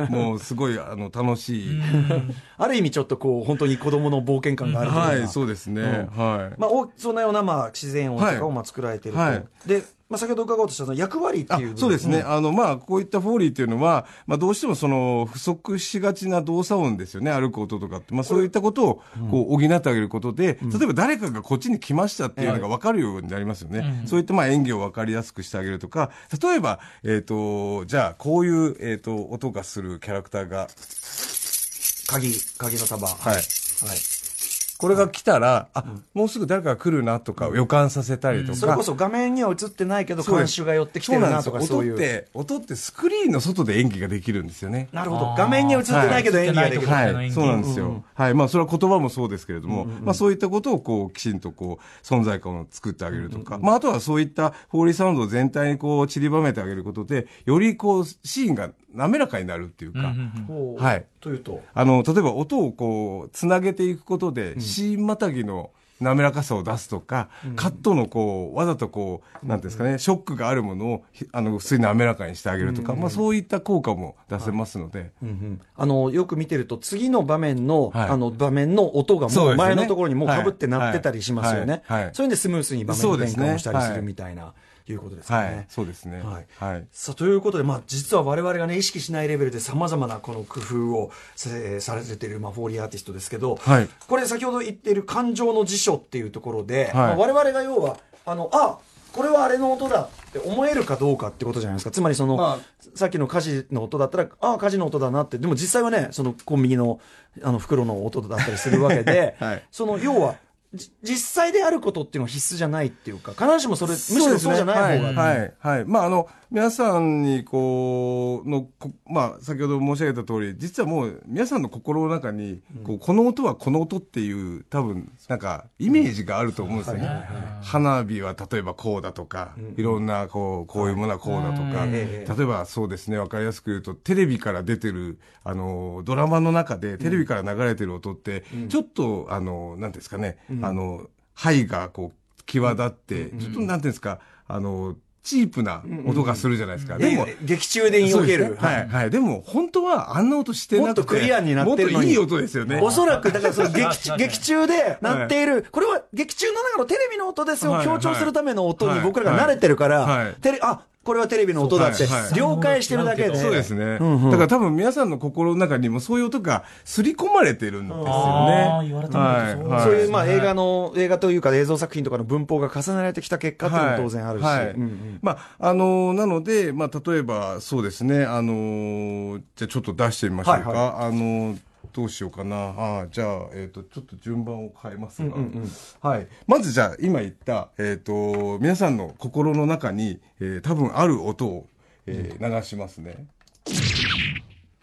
もうすごい、あの、楽しい。 ある意味ちょっとこう、本当に子供の冒険感があるというか。 はい、そうですね。うん、はい。 まあ、そんなような、まあ、自然音とかをまあ作られていると。はい、で、まあ、先ほど伺おうとしたその役割っていう。 そうですね。うん、あの、まあ、こういったフォーリーっていうのは、まあ、どうしてもその、不足しがちな動作音ですよね。歩く音とかって。まあ、そういったことを、こう、補ってあげることで、うん、例えば誰かがこっちに来ましたっていうのが分かるようになりますよね。うん、そういった、まあ、演技を分かりやすくしてあげるとか、例えば、えっと、じゃあ、こういう、えっと、音がするキャラクターが、 鍵、鍵の束。 はい。はい。これが来たら、あ、もうすぐ誰かが来るなとか予感させたりとか、うん、 それこそ画面には映ってないけど監修が寄ってきてるなとか、そういう。 音って、音ってスクリーンの外で演技ができるんですよね。 なるほど。画面には映ってないけど演技ができる。 はい。はい、そうなんですよ。うんうん、はい。まあ、それは言葉もそうですけれども、うんうん、まあ、そういったことをこう、きちんとこう、存在感を作ってあげるとか、うんうん、まあ、あとはそういったフォーリーサウンドを全体にこう、散りばめてあげることで、よりこう、シーンが滑らかになるっていうか、うんうんうん、はい。 というと、 あの、例えば音をこう、つなげていくことで、うん、シーンまたぎの滑らかさを出すとか、うん、カットのこう、わざとこう、なんですかね、ショックがあるものを、あの、普通に滑らかにしてあげるとか、うん、まあそういった効果も出せますので。はい、 うんうん、あの、よく見てると、次の場面の、はい、あの、場面の音がもう前のところにもう被って鳴ってたりしますよね。はいはいはい、そういうんでスムースに場面転換をしたりするみたいな。いうことですね。 はい、そうですね。 はい。 はい。 さあ、ということで、まあ、実は我々がね、意識しないレベルで様々なこの工夫をされている、まあ、フォーリーアーティストですけど、はい。これ先ほど言っている感情の辞書っていうところで、はい、まあ、我々が要は、あの、あ、これはあれの音だって思えるかどうかってことじゃないですか。つまりその、まあ、さっきの火事の音だったら、ああ、火事の音だなって、でも実際はね、そのコンビニの、あの、袋の音だったりするわけで、はい、その、要は、実際であることっていうのは必須じゃないっていうか、必ずしもそれ、むしろそうじゃない方が、 はい、はい、はい。まあ、あの、皆さんに、こう、の、まあ、先ほど申し上げた通り、実はもう、皆さんの心の中に、こう、この音はこの音っていう、多分、なんか、イメージがあると思うんですよね。花火は例えばこうだとか、いろんな、こう、こういうものはこうだとか、例えばそうですね、わかりやすく言うと、テレビから出てる、あの、ドラマの中で、テレビから流れてる音って、ちょっと、あの、なんですかね、あの、肺がこう、際立って、ちょっとなんていうんですか、あの、チープな音がするじゃないですか。 うんうん、でも、劇中で避ける、 ね。はい、はい。でも、本当はあんな音してなくて。 もっとクリアになってるのに。 もっといい音ですよね。 おそらく、だからその劇中、劇中で鳴っている、はい、これは劇中の中のテレビの音ですよ、はい、強調するための音に僕らが慣れてるから、はいはい、テレ、あ、これはテレビの音だって了解してるだけで。 そうですね。うんうん、だから多分皆さんの心の中にもそういう音が刷り込まれてるんですよね。ああ、言われてみるとそう。 そういう、まあ映画の、映画というか映像作品とかの文法が重ねられてきた結果っていうのも当然あるし。はいはい、うんうん、 まあ、あのー、なので、まあ例えばそうですね、あのー、じゃあちょっと出してみましょうか。はいはい、あのーどうしようかな。ああ、じゃあ、えっと、ちょっと順番を変えますが。うんうんうん、はい。まずじゃあ、今言った、えっと、皆さんの心の中に、えー、多分ある音を、えー、流しますね。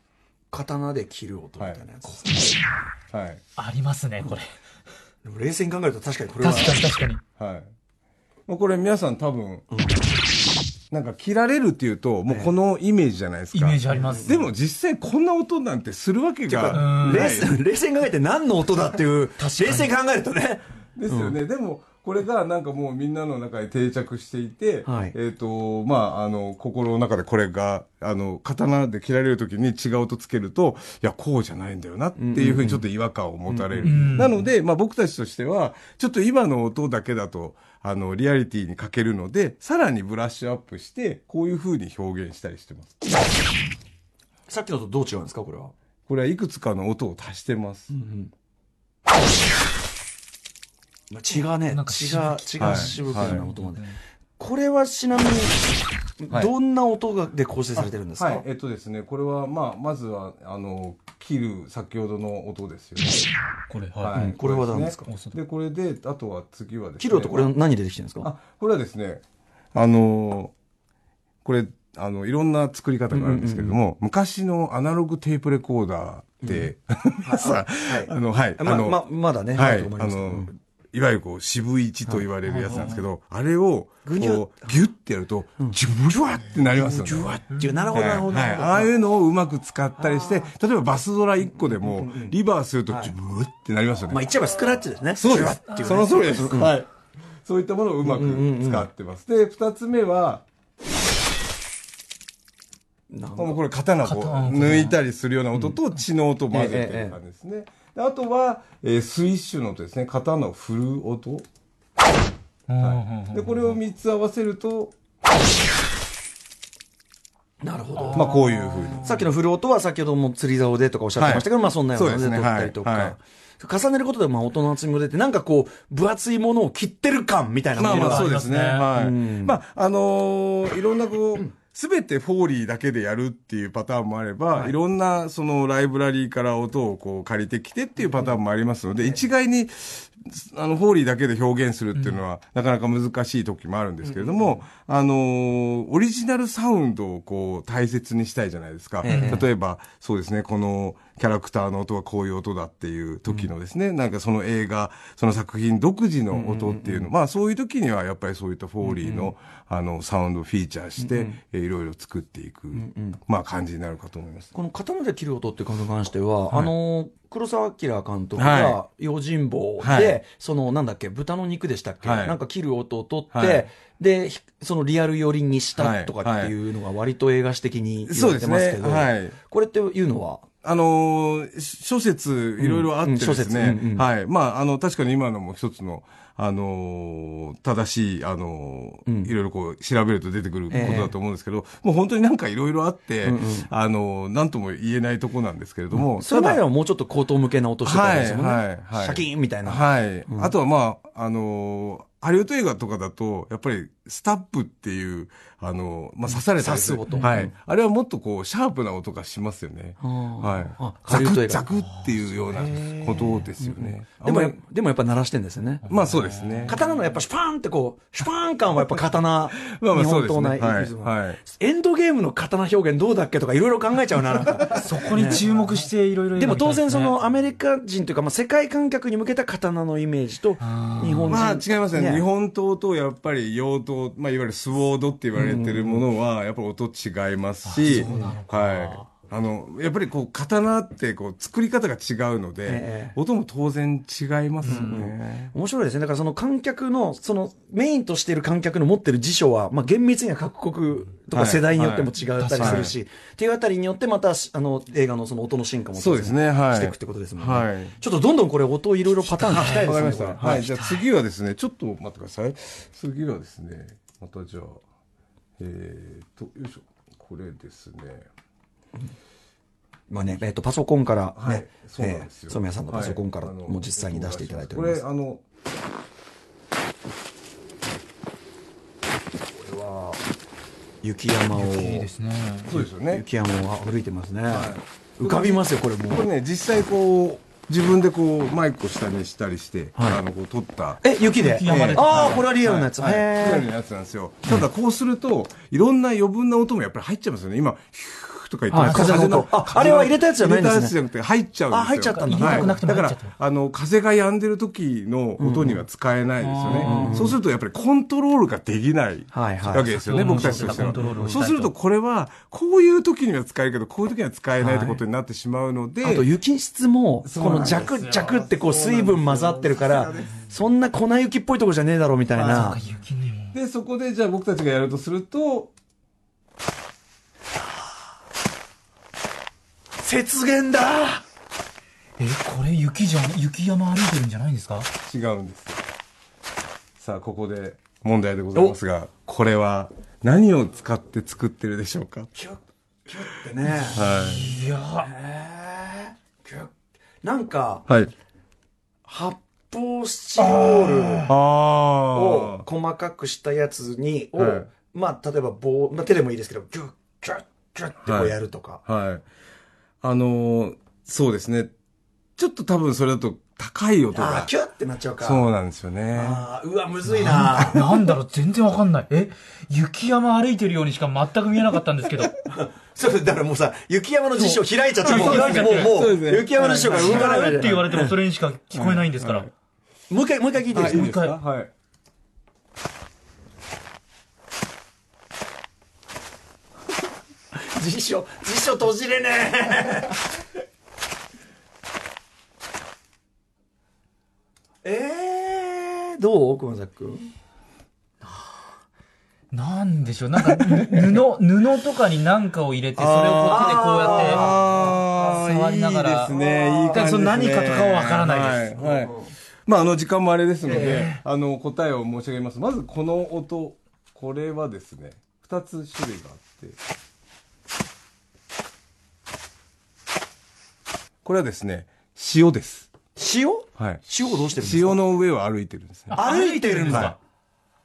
刀で切る音みたいなやつですね、 はいはい、 ありますねこれ。 でも冷静に考えると確かにこれは確かに確かに。 はい。もうこれ皆さん多分、うん、なんか切られるっていうと、もうこのイメージじゃないですか。 イメージあります。 でも実際こんな音なんてするわけが冷静、冷静に考えて何の音だっていう、冷静に考えるとね。 ですよね。うん、でも、これがなんかもうみんなの中で定着していて、はい、えっ、ー、と、まあ、あの、心の中でこれが、あの、刀で切られるときに違う音つけると、いや、こうじゃないんだよなっていうふうにちょっと違和感を持たれる。うんうん、なので、まあ僕たちとしては、ちょっと今の音だけだと、あの、リアリティに欠けるので、さらにブラッシュアップして、こういうふうに表現したりしてます。 さっきのとどう違うんですか、これは。 これはいくつかの音を足してます。うんうん、 血がね、血が、血がしぶくような音まで。これはちなみに、どんな音がで構成されてるんですか？ はいはい、えっとですね、これは、まあ、まずは、あの、切る、先ほどの音ですよね。 これ、はい。うん、これは何ですか？ で、これで、あとは次はですね。 切る音、これ何でできてるんですか？ あ、これはですね、あの、これ、あの、いろんな作り方があるんですけれども、うんうんうん、昔のアナログテープレコーダーで、うん、さあ、あの、はい。 ま、ま、まだね、 はい。あの、うんいわゆるこう、渋い位置と言われるやつなんですけど、あれを、こう、ギュッてやると、ジュワってなりますよね。 ジュワっていう、なるほど、なるほど。 はい。ああいうのをうまく使ったりして、例えばバスドラいっこでも、リバースすると、ジュワってなりますよね。 まあ、言っちゃえばスクラッチですね。 そうです。その通りです。はい。そういったものをうまく使ってます。で、二つ目は、もうこれ刀を抜いたりするような音と血の音を混ぜてる感じですね。あとは、えー、スイッシュのですね、刀を振る音。はい、で、これをみっつ合わせると、 なるほど。 まあ、こういうふうに。 さっきの振る音は先ほども釣り竿でとかおっしゃってましたけど、はい、まあ、そんなようなので撮ったりとか。はいはい、重ねることで、まあ、音の厚みも出て、なんかこう、分厚いものを切ってる感みたいなものがありますね。まあまあ、そうですね。はい。まあ、あのー、いろんなこう、すべてフォーリーだけでやるっていうパターンもあれば、はい、いろんなそのライブラリーから音をこう借りてきてっていうパターンもありますので、うん、一概にあのフォーリーだけで表現するっていうのは、うん、なかなか難しい時もあるんですけれども、うん、あのー、オリジナルサウンドをこう大切にしたいじゃないですか。ええ、例えば、そうですね、このキャラクターの音はこういう音だっていう時のですね、うん、なんかその映画、その作品独自の音っていうの、うんうんうん、まあそういう時にはやっぱりそういったフォーリーの、うんうん、あのサウンドをフィーチャーして、うんうんえー、いろいろ作っていく、うんうん、まあ感じになるかと思います。 この刀で切る音っていう感じに関しては、はい、あのー、黒澤明監督が用心棒で、はい、そのなんだっけ豚の肉でしたっけ、はい、なんか切る音を取って、はい、でそのリアル寄りにしたとかっていうのが割と映画史的に言われてますけど、はいはい、これっていうのはあのー、諸説いろいろあってですね、うんうんうん、はい。まあ、あの、確かに今のも一つの、あのー、正しい、あのー、うん、いろいろこう、調べると出てくることだと思うんですけど、えー、もう本当になんかいろいろあって、うんうん、あのー、なんとも言えないとこなんですけれども。うん、 それ前はもうちょっと口頭向けな音してたんですよね。はい、はい、はい。シャキーンみたいな。 はい。うん、あとはまあ、あのー、ハリウッド映画とかだと、やっぱり、スタップっていう、あの、まあ、刺されたりする。 刺す音。 はい。あれはもっとこう、シャープな音がしますよね。はい。ザクッ、ザクッっていうようなことですよね。 でも、でもやっぱ鳴らしてんですよね。 まあそうですね。 刀のやっぱシュパーンってこう、シュパーン感はやっぱ刀、 まあまあそうですね。 はい。はい。エンドゲームの刀表現どうだっけとかいろいろ考えちゃうな、なんか。 そこに注目していろいろ。 でも当然そのアメリカ人というか、まあ世界観客に向けた刀のイメージと、日本人。 まあ違いますね。日本刀とやっぱり洋刀、まあいわゆるスウォードって言われてるものは、やっぱり音違いますし、はい。あの、やっぱりこう、刀ってこう、作り方が違うので、ええ、音も当然違いますよね、 うん。面白いですね。だからその観客の、そのメインとしている観客の持ってる辞書は、まあ厳密には各国とか世代によっても違ったりするし、はいはい、っていうあたりによってまた、あの、映画のその音の進化もそうですね、はい。 していくってことですもんね。はい。ちょっとどんどんこれ音いろいろパターン聞きたいですね。わかりました。 はい。じゃあ次はですね、ちょっと待ってください。次はですね、またじゃあ、えーと、よいしょ。これですね。 まあね、えっと、パソコンからね、はい、そうなんですよ。染谷さんのパソコンからも実際に出していただいております。 これ、あの、これは、雪山を、 いいですね。 そうですよね。 雪山を歩いてますね。はい、浮かびますよ、これもう。 これね、実際こう、自分でこうマイクを下にしたりして、はい、あのこう撮ったえ雪で、 雪でああこれはリアルなやつ、 はいはい、リアルなやつなんですよ。ただこうするといろんな余分な音もやっぱり入っちゃいますよね。今ヒューっクとか言って、 はい、風の音。あ、あれは入れたやつじゃないんですね。 入れたやつじゃなくて入っちゃうんですよ。 あ、入っちゃったんだ。 入れたくなくても入っちゃった。 だから、あの、風が止んでる時の音には使えないですよね。うん、そうするとやっぱりコントロールができないわけですよね、僕たちとしては。そうするとこれは、こういう時には使えるけど、こういう時には使えないってことになってしまうので。 あと雪質も、このジャクジャクってこう水分混ざってるから、そんな粉雪っぽいとこじゃねえだろうみたいな。 で、そこでじゃあ僕たちがやるとすると、 雪原だ。 え、これ雪じゃん、雪山歩いてるんじゃないんですか？ 違うんです。さあ、ここで問題でございますが、これは何を使って作ってるでしょうか？ キュッ、キュッってね。 はい。 いや、 へー、キュッ。なんか、 はい。 発泡スチロールあを細かくしたやつに、を、 はい、 まあ、例えば棒、まあ、手でもいいですけど、キュッ、キュッ、キュッってこうやるとか。 はい。はい、あのー、そうですね。ちょっと多分それだと高い音が。 あ、キュッってなっちゃうか。 そうなんですよね。 あ、うわ、むずいな。 な。なんだろう、全然わかんない。え、雪山歩いてるようにしか全く見えなかったんですけど。 そう、だからもうさ、雪山の辞書開いちゃって、もう、 開いちゃって、 もう、もう、雪山の辞書が動かないって言われてもそれにしか聞こえないんですから。 もう一回、もう一回聞いていいですか？ もう一回。 はい。 辞書、辞書閉じれねえ。えー、どう熊崎くん？ なんでしょう、なんか、布、布とかに何かを入れて、それをこう手でこうやって、触りながら。 いいですね、いい感じですね。 その何かとかはわからないです。 はい。はい、まあ、あの、時間もあれですので、えー、あの、答えを申し上げます。まず、この音、これはですね、二つ種類があって、これはですね、塩です。 塩？ はい。 塩をどうしてるんですか？ 塩の上を歩いてるんですね。 歩いてるんですか？はい、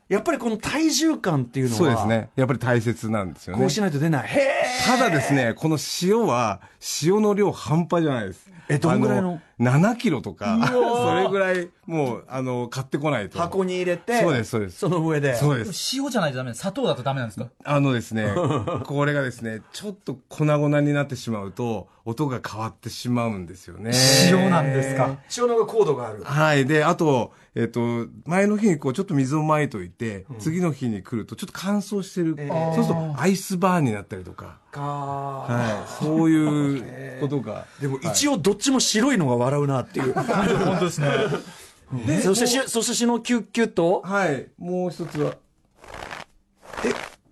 やっぱりこの体重感っていうのは。 そうですね。やっぱり大切なんですよね。 こうしないと出ない。へー。 ただですね、この塩は、塩の量半端じゃないです。 え、どんぐらいの？ ななキロとか、それぐらい、もう、あの、買ってこないと。 箱に入れて、 そうです、そうです。 その上で。 そうです。 塩じゃないとダメなんです。砂糖だとダメなんですか？ あのですね、これがですね、ちょっと粉々になってしまうと、音が変わってしまうんですよね。 塩なんですか？ 塩の方が高度がある。 はい。で、あと、えっと、前の日にこう、ちょっと水をまいといて、うん、次の日に来ると、ちょっと乾燥してる。えー、そうすると、アイスバーンになったりとか。 かはい。そういうことが。 でも、一応どっちも白いのが笑うなっていう。 本当ですね。 で、そして、そしてしのキュッキュッと。 はい。もう一つは。 え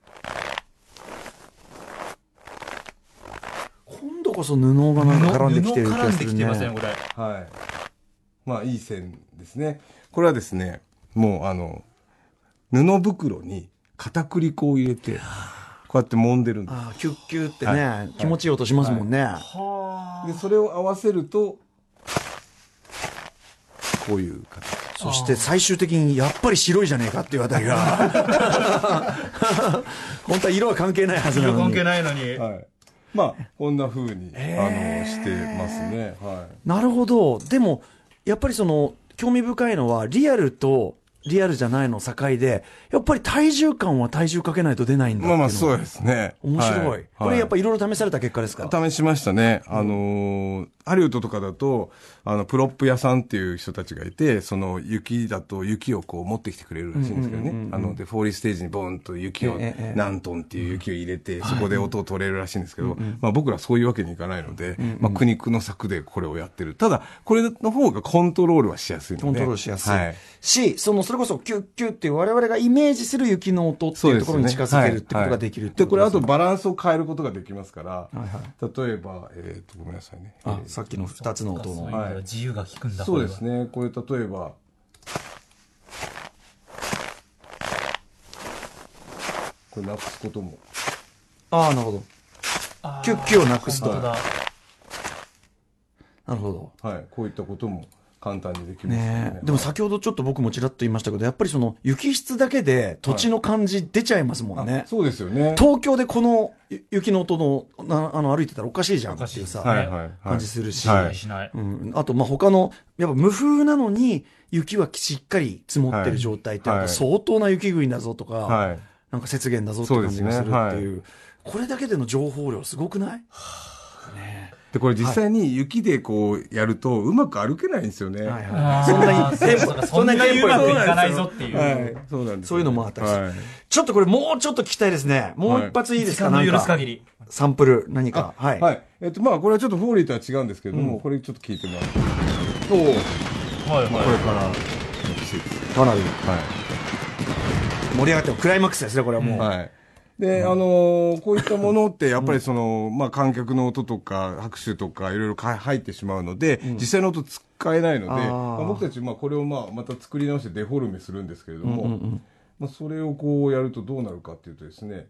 今度こそ布がなんか絡んできてる気がするね。 布絡んできてますね、これ。 はい。まあ、いい線ですね。これはですね、もう、あの、布袋に片栗粉を入れて、こうやって揉んでるんです。 ああ、キュッキュッってね、はい、気持ちいい音しますもんね。 はい、で、それを合わせると、こういう形。 そして最終的にやっぱり白いじゃねえかっていうあたりが本当は色は関係ないはずなのに。 色関係ないのに。 はい。まあこんな風に、えー、あのしてますね。はい。 なるほど。でもやっぱりその興味深いのはリアルとリアルじゃないの境で、やっぱり体重感は体重かけないと出ないんだっていうの。 まあまあそうですね。 面白い。はい、これやっぱいろいろ試された結果ですか？ 試しましたね。あのー、ハリウッドとかだと、あの、プロップ屋さんっていう人たちがいて、その雪だと雪をこう持ってきてくれるらしいんですけどね。あの、で、フォーリーステージにボーンと雪を、何トンっていう雪を入れて、そこで音を取れるらしいんですけど、まあ僕らそういうわけにいかないので、まあ苦肉の策でこれをやってる。ただ、これの方がコントロールはしやすいので。 コントロールしやすい。 はい。 し、その、それこそキュッキュッっていう我々がイメージする雪の音っていうところに近づけるってことができるってで、これあとバランスを変えることができますから、 はいはい、 例えば、えっと、ごめんなさいね。 あ、えー、さっきの二つの音の。 はい、自由が利くんだ。 そうですね。これ例えば、これなくすことも。 ああ、なるほど。キュッキュをなくすと。 本当だ。 なるほど。はい。こういったことも簡単にできますね。 ねでも先ほどちょっと僕もちらっと言いましたけど、やっぱりその雪質だけで土地の感じ出ちゃいますもんね。はい、 そうですよね。 東京でこの雪の音のあの歩いてたらおかしいじゃんっていうさ、 はいはいはい、 感じするし、 はいうん、あとまあ他のやっぱ無風なのに雪はしっかり積もってる状態って、はい、相当な雪国だぞとか、はい、なんか雪原だぞって感じがするっていうこれだけでの情報量すごくない？ねでこれ実際に雪でこうやるとうまく歩けないんですよね。 はいはい、そんなにテンポそんなにうまくいかないぞっていう。 はい、そうなんです。 そういうのもあったりして、 はい、 ちょっとこれもうちょっと聞きたいですね。もう一発いいですか？ 時間の許す限り。 サンプル何か。はい。 はい。えっとまあこれはちょっとフォーリーとは違うんですけれども、うん、これちょっと聞いてもらうと、はいはい、これからの季節かなり、 はい、 盛り上がってクライマックスですねこれはもう。 はい。で、うん、あのー、こういったものってやっぱりその、うん、まあ観客の音とか拍手とかいろいろ入ってしまうので、うん、実際の音使えないので、あまあ、僕たちまあこれをまあまた作り直してデフォルメするんですけれども、うんうんうん、まあ、それをこうやるとどうなるかっていうとですね、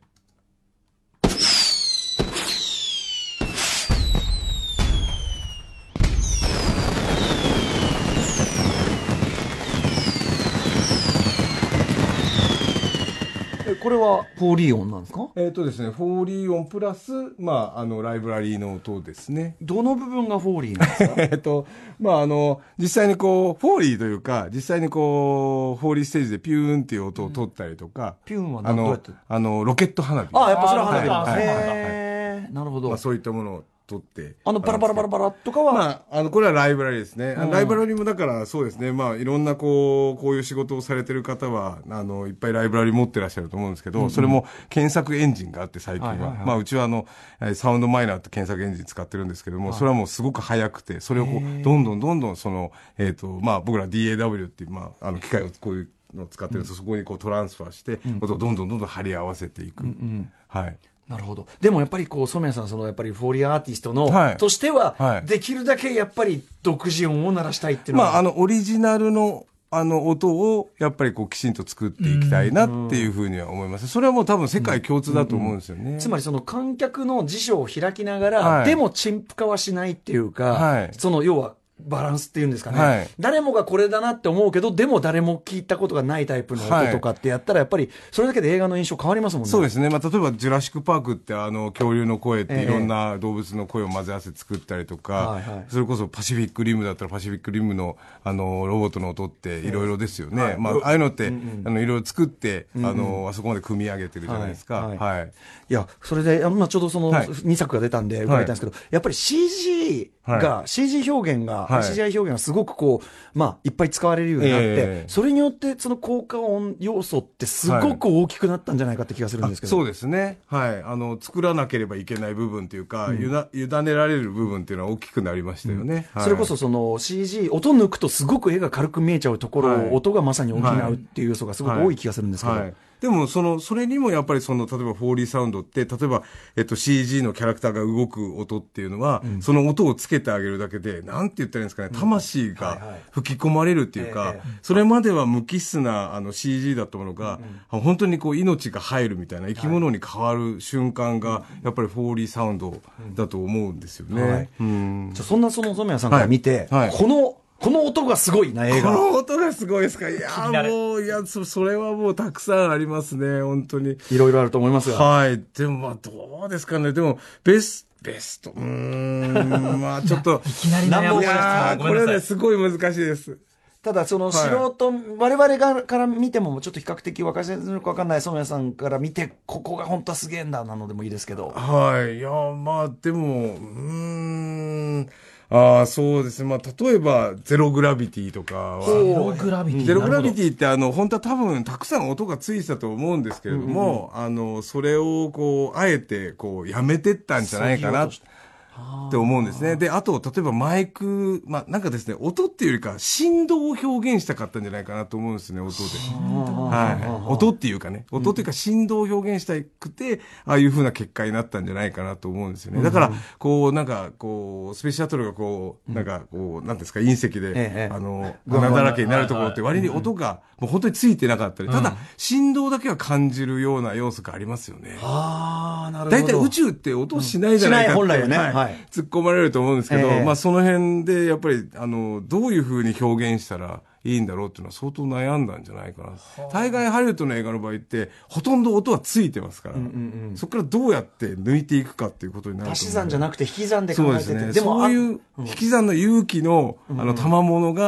これはフォーリー音なんですか？ えっとですね、フォーリー音プラス、まあ、あの、ライブラリーの音ですね。 どの部分がフォーリーなんですか？ えっと、まあ、あの、実際にこう、フォーリーというか、実際にこう、フォーリーステージでピューンっていう音を取ったりとか、 うん、ピューンはあの、 どうやって？ あの、ロケット花火。 ああ、やっぱそれは花火なんですね。 はいはいへー、なるほど。 まあ、そういったものを取って。 あの、バラバラバラバラとかは、 まあ、あの、これはライブラリですね。うん、ライブラリもだからそうですね、まあ、いろんなこう、こういう仕事をされてる方は、あの、いっぱいライブラリ持ってらっしゃると思うんですけど、うんうん、それも検索エンジンがあって最近は。はいはいはい、まあ、うちはあの、サウンドマイナーって検索エンジン使ってるんですけども、はい、それはもうすごく速くて、それをこう、どんどんどんどんその、えっと、まあ、僕ら ディーエーダブリュー っていう、まあ、あの、機械をこういうのを使ってると、うん、そこにこうトランスファーして、うん、どんどんどんどん貼り合わせていく。うんうん、はい。 なるほど。でもやっぱりこう染谷さん、そのやっぱりフォーリーアーティストの、 はい、 としては、 はい、 できるだけやっぱり独自音を鳴らしたいっていうのは、 まあ、あのオリジナルのあの音をやっぱりこうきちんと作っていきたいなっていうふうには思います。それはもう多分世界共通だと思うんですよね。 うんうんうん、つまりその観客の辞書を開きながら、はい、でも陳腐化はしないっていうか、はい、その要はバランスっていうんですかね、はい、誰もがこれだなって思うけど、でも誰も聞いたことがないタイプの音とかってやったら、やっぱりそれだけで映画の印象変わりますもんね。 そうですね。まあ、例えばジュラシックパークってあの恐竜の声っていろんな動物の声を混ぜ合わせて作ったりとか、ええ、それこそパシフィックリムだったらパシフィックリムのあのロボットの音っていろいろですよね。ええ、まあ、ああいうのって、うんうん、あのいろいろ作って、うんうん、あのあそこまで組み上げてるじゃないですか。はい。はいはい、 いや、それで、まあ、ちょうどそのにさくが出たんで伺いたいんですけど、はい、やっぱり シージー が、はい、シージー 表現が、はい、シージーアイ 表現がすごくこう、まあ、いっぱい使われるようになって、えー、それによってその効果音要素ってすごく大きくなったんじゃないかって気がするんですけど。 そうですね。はい。あの、作らなければいけない部分というか、うん、ゆな委ねられる部分っていうのは大きくなりましたよね。 うん、はい、それこそその シージー、音抜くとすごく絵が軽く見えちゃうところを、はい、音がまさに補うっていう要素がすごく多い気がするんですけど。はいはい、 でも、その、それにもやっぱりその、例えばフォーリーサウンドって、例えば、えっと、シージー のキャラクターが動く音っていうのは、うん、その音をつけてあげるだけで、なんて言ったらいいんですかね、魂が吹き込まれるっていうか、それまでは無機質な、あの、シージー だったものが、うん、本当にこう、命が入るみたいな、生き物に変わる瞬間が、やっぱりフォーリーサウンドだと思うんですよね。はい、 うん、じゃそんなその染谷さんから見て、はいはい、この、この音がすごいな、映画。 この音がすごいですか。いや、もう、いや、そ、それはもうたくさんありますね、本当に。 いろいろあると思いますが。 はい。でも、まあ、どうですかね。でも、ベスト、ベスト。うーん、まあ、ちょっと。 いきなり悩む。いやこれね、すごい難しいです。 ただ、その素人、はい、我々がから見ても、ちょっと比較的分かりづらくわかんない染谷さんから見て、ここが本当はすげえんだなのでもいいですけど。 はい。いや、まあ、でも、うーん。ああ、そうですね。まあ、例えば、ゼログラビティとかは。 ゼログラビティ。 ゼログラビティって、あの、本当は多分、たくさん音がついてたと思うんですけれども、うんうん、あの、それを、こう、あえて、こう、やめてったんじゃないかな。って思うんですね。で、あと、例えばマイク、まあ、なんかですね、音っていうよりか、振動を表現したかったんじゃないかなと思うんですね、音で。はい。音っていうかね、音っていうか振動を表現したくて、ああいう風な結果になったんじゃないかなと思うんですよね。だから、こう、なんか、こう、スペースシャトルがこう、なんか、こう、なんですか、隕石で、あの、穴だらけになるところって割に音が、もう本当についてなかったり、ただ、振動だけは感じるような要素がありますよね。 ああ、なるほど。 大体宇宙って音しないじゃないかって。 しない、本来はね。 はい。突っ込まれると思うんですけど、えー、まあその辺でやっぱりあのどういう風に表現したらいいんだろうっていうのは相当悩んだんじゃないかな。大概ハリウッドの映画の場合ってほとんど音はついてますから、うんうんうん、そこからどうやって抜いていくかっていうことになると思う。 足し算じゃなくて引き算で考えてて、 そうですね。でもそういう引き算の勇気の、うん、あの賜物が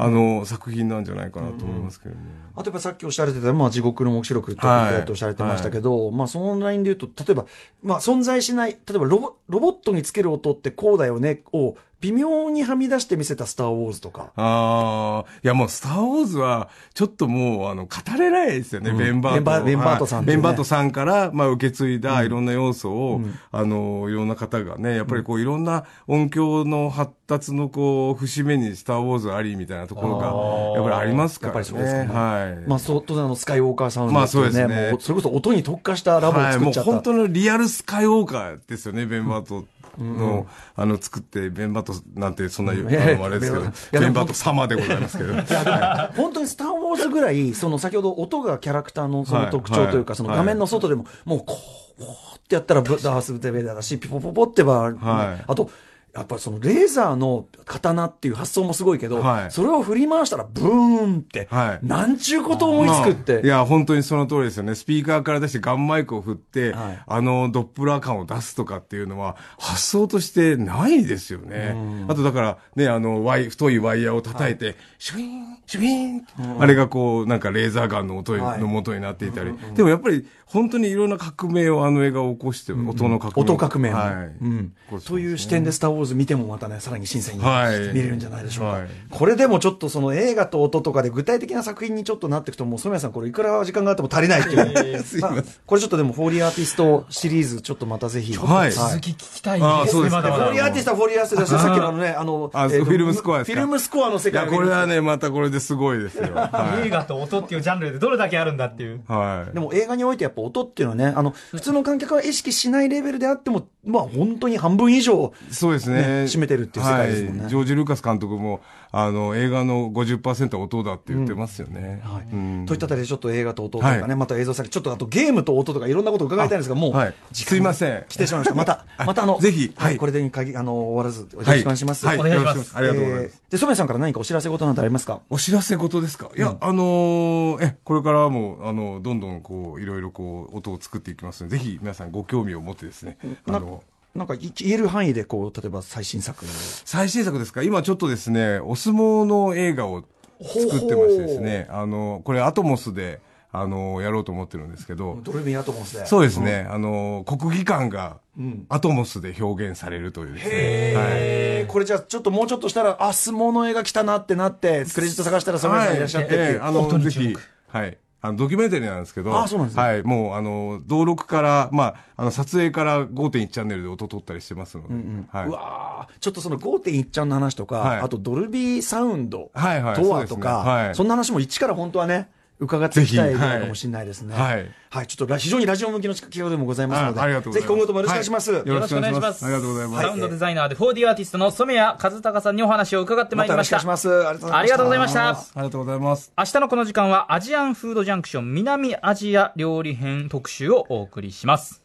あの作品なんじゃないかなと思いますけどね。 あとやっぱさっきおっしゃられてた、まあ、地獄の黙示録とかおっしゃられてましたけど、はい、まあ、そのラインで言うと、例えば、まあ、存在しない、例えばロボ、ロボットにつける音ってこうだよねを、微妙にはみ出して見せたスター・ウォーズとか。 ああ、いやもうスター・ウォーズは、ちょっともう、あの、語れないですよね、うん、ベンバート。ベンバ、 ベンバートさん、ね、 ベンバートさんから、まあ、受け継いだいろんな要素を、うん、あの、いろんな方がね、やっぱりこう、いろんな音響の発達のこう、節目にスター・ウォーズありみたいなところが、やっぱりありますからね。やっぱりそうですかね。はい。 まあ、そう、当然あの、スカイウォーカーサウンド、ね、 まあそうですね。 もう、それこそ音に特化したラボを作っちゃった。はい、もう本当のリアルスカイウォーカーですよね、ベンバート。の、うん、あの、作って、ベンバートなんて、そんな、うん、あの、あれですけど、ベンバート様でございますけど。 本当にスター・ウォーズぐらい、その、先ほど音がキャラクターのその特徴というか、はい、その画面の外でも、はい、もう、こう、こうってやったら、ダース・ベイダーだし、ピポポポってば、はい、あと、やっぱりそのレーザーの刀っていう発想もすごいけど、はい、それを振り回したらブーンって、はい、なんちゅうこと思いつくって、まあ。 いや、本当にその通りですよね。スピーカーから出してガンマイクを振って、はい、あのドップラー感を出すとかっていうのは、発想としてないですよね。あとだから、ね、あの、ワイ、太いワイヤーを叩いて、はい、シュイーン、シュイーン、あれがこう、なんかレーザーガンの音の元になっていたり、はい、でもやっぱり、本当にいろんな革命をあの映画を起こして、うん、音の革命。 音革命。はい。うん。という視点でスター・ウォーズ見てもまたね、さらに新鮮に見れるんじゃないでしょうか。はい、これでもちょっとその映画と音とかで具体的な作品にちょっとなっていくと、もう染谷さんこれいくら時間があっても足りないっていう。えー、すいません。まあ、これちょっとでもフォーリーアーティストシリーズちょっとまたぜひ。 はい。続き聞きたいですね。まだまだ。 フォーリーアーティストはフォーリーアーティストでさっきのあのね、あの、 あ、えー、フィルムスコアですか。 フィルムスコアの世界。 いや、これはね、またこれですごいですよ。 はい、映画と音っていうジャンルでどれだけあるんだっていう。 はい。 でも映画においてやっぱ音っていうのはね、あの、普通の観客は意識しないレベルであっても、まあ本当に半分以上、ね、 そうですね。 占めてるっていう世界ですもんね。 はい、ジョージ・ルーカス監督も、あの、映画の ごじゅっパーセント は音だって言ってますよね。 うんはいうん、といったあたりでちょっと映画と音とかね、はい、また映像作品、ちょっとあとゲームと音とかいろんなことを伺いたいんですが、もう、はい、 すいません。 来てしまいました。また、またあの、 ぜひ、 はい、これでに限あの、終わらず、よろしくお願いします。 はい、お願いします。 ありがとうございます。 えー、で、染谷さんから何かお知らせ事なんてありますか？ お知らせ事ですか？いや、うん、あのー、え、これからも、あの、どんどんこう、いろいろこう、音を作っていきますので、ぜひ皆さんご興味を持ってですね、あの、 なんか言える範囲でこう例えば最新作最新作ですか。今ちょっとですねお相撲の映画を作ってましてですね、あのこれアトモスであのやろうと思ってるんですけど、 ドルビーアトモスでそうですね、うん、あの国技館がアトモスで表現されるというですね、 へー、はい、これじゃあちょっともうちょっとしたらあ相撲の映画来たなってなってクレジット探したら染谷さんいらっしゃってっていう、はいえー、 あのぜひはいあのドキュメンタリーなんですけど、 ああそうなんですね、 はい、もうあの登録から、まあ、あの撮影から ごてんいち チャンネルで音撮ったりしてますので、うんうんはい、 うわちょっとその ごてんいち ちゃんの話とか、はい、あとドルビーサウンドとはとか、はいはい、そんな話も一から本当はね伺っていきたいかもしれないですね。はい、はい、ちょっと非常にラジオ向きの企画でもございますので、ありがとうございます。ぜひ今後ともよろしくお願いします。はい、 よろしくお願いします。 ありがとうございます。 サウンドデザイナーで フォーディー アーティストの染谷和孝さんにお話を伺ってまいりました。 またよろしくお願いします。ありがとうございました。 ありがとうございました。 ありがとうございます。 明日のこの時間はアジアンフードジャンクション南アジア料理編特集をお送りします。